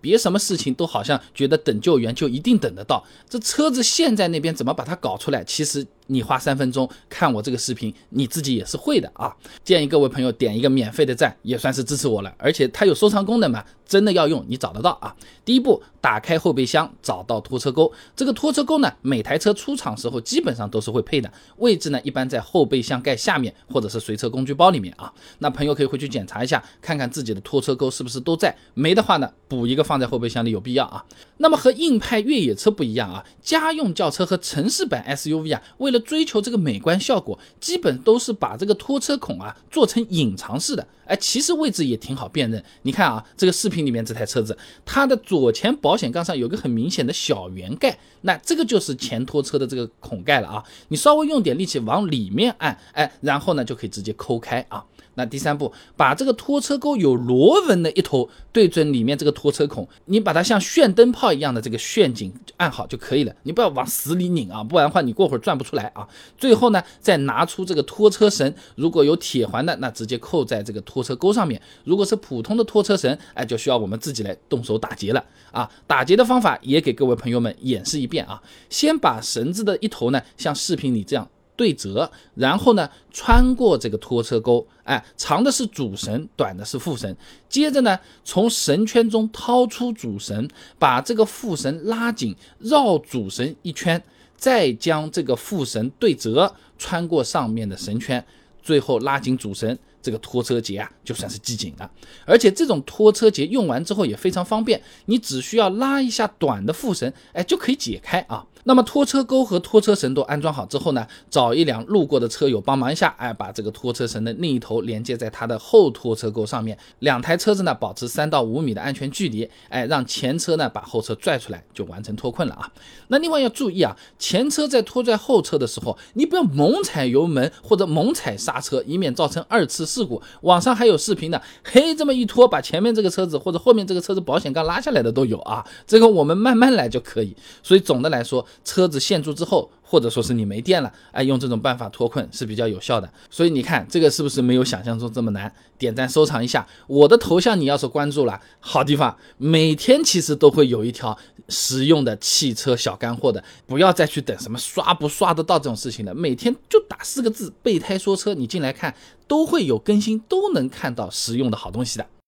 别什么事情都好像觉得等救援就一定等得到，这车子现在那边怎么把它搞出来，其实你花3分钟看我这个视频，你自己也是会的啊。建议各位朋友点一个免费的赞，也算是支持我了，而且它有收藏功能嘛，真的要用你找得到啊。第一步，打开后备箱，找到拖车钩。这个拖车钩呢，每台车出厂时候基本上都是会配的，位置呢一般在后备箱盖下面或者是随车工具包里面啊。那朋友可以回去检查一下，看看自己的拖车钩是不是都在，没的话呢，补一个放在后备箱里有必要啊。那么和硬派越野车不一样啊，家用轿车和城市版 SUV 啊，为了追求这个美观效果，基本都是把这个拖车孔啊做成隐藏式的。其实位置也挺好辨认。你看啊，这个视频里面这台车子，它的左前保险杠上有个很明显的小圆盖，那这个就是前拖车的这个孔盖了啊。你稍微用点力气往里面按，然后呢就可以直接抠开啊。那第三步，把这个拖车钩有螺纹的一头对准里面这个拖车孔，你把它像旋灯泡一样的这个旋紧按好就可以了，你不要往死里拧啊，不然的话你过会儿转不出来啊。最后呢，再拿出这个拖车绳，如果有铁环的，那直接扣在这个拖车钩上面；如果是普通的拖车绳，就需要我们自己来动手打结了啊。打结的方法也给各位朋友们演示一遍啊。先把绳子的一头呢，像视频里这样对折，然后呢穿过这个拖车钩，长的是主绳，短的是副绳。接着呢，从绳圈中掏出主绳，把这个副绳拉紧，绕主绳一圈，再将这个副绳对折，穿过上面的绳圈，最后拉紧主绳，这个拖车结就算是系紧了。而且这种拖车结用完之后也非常方便，你只需要拉一下短的副绳，就可以解开啊。那么拖车钩和拖车绳都安装好之后呢，找一辆路过的车友帮忙一下，把这个拖车绳的另一头连接在它的后拖车钩上面，两台车子呢保持3到5米的安全距离，让前车呢把后车拽出来，就完成脱困了啊。那另外要注意啊，前车在拖拽后车的时候，你不要猛踩油门或者猛踩刹车，以免造成2次事故。网上还有视频的，这么一拖，把前面这个车子或者后面这个车子保险杠拉下来的都有啊。这个我们慢慢来就可以。所以总的来说，车子陷住之后，或者说是你没电了，用这种办法脱困是比较有效的。所以你看这个是不是没有想象中这么难？点赞收藏一下，我的头像你要是关注了，好地方，每天其实都会有一条实用的汽车小干货的，不要再去等什么刷不刷得到这种事情了，每天就打4个字备胎说车，你进来看都会有更新，都能看到实用的好东西的。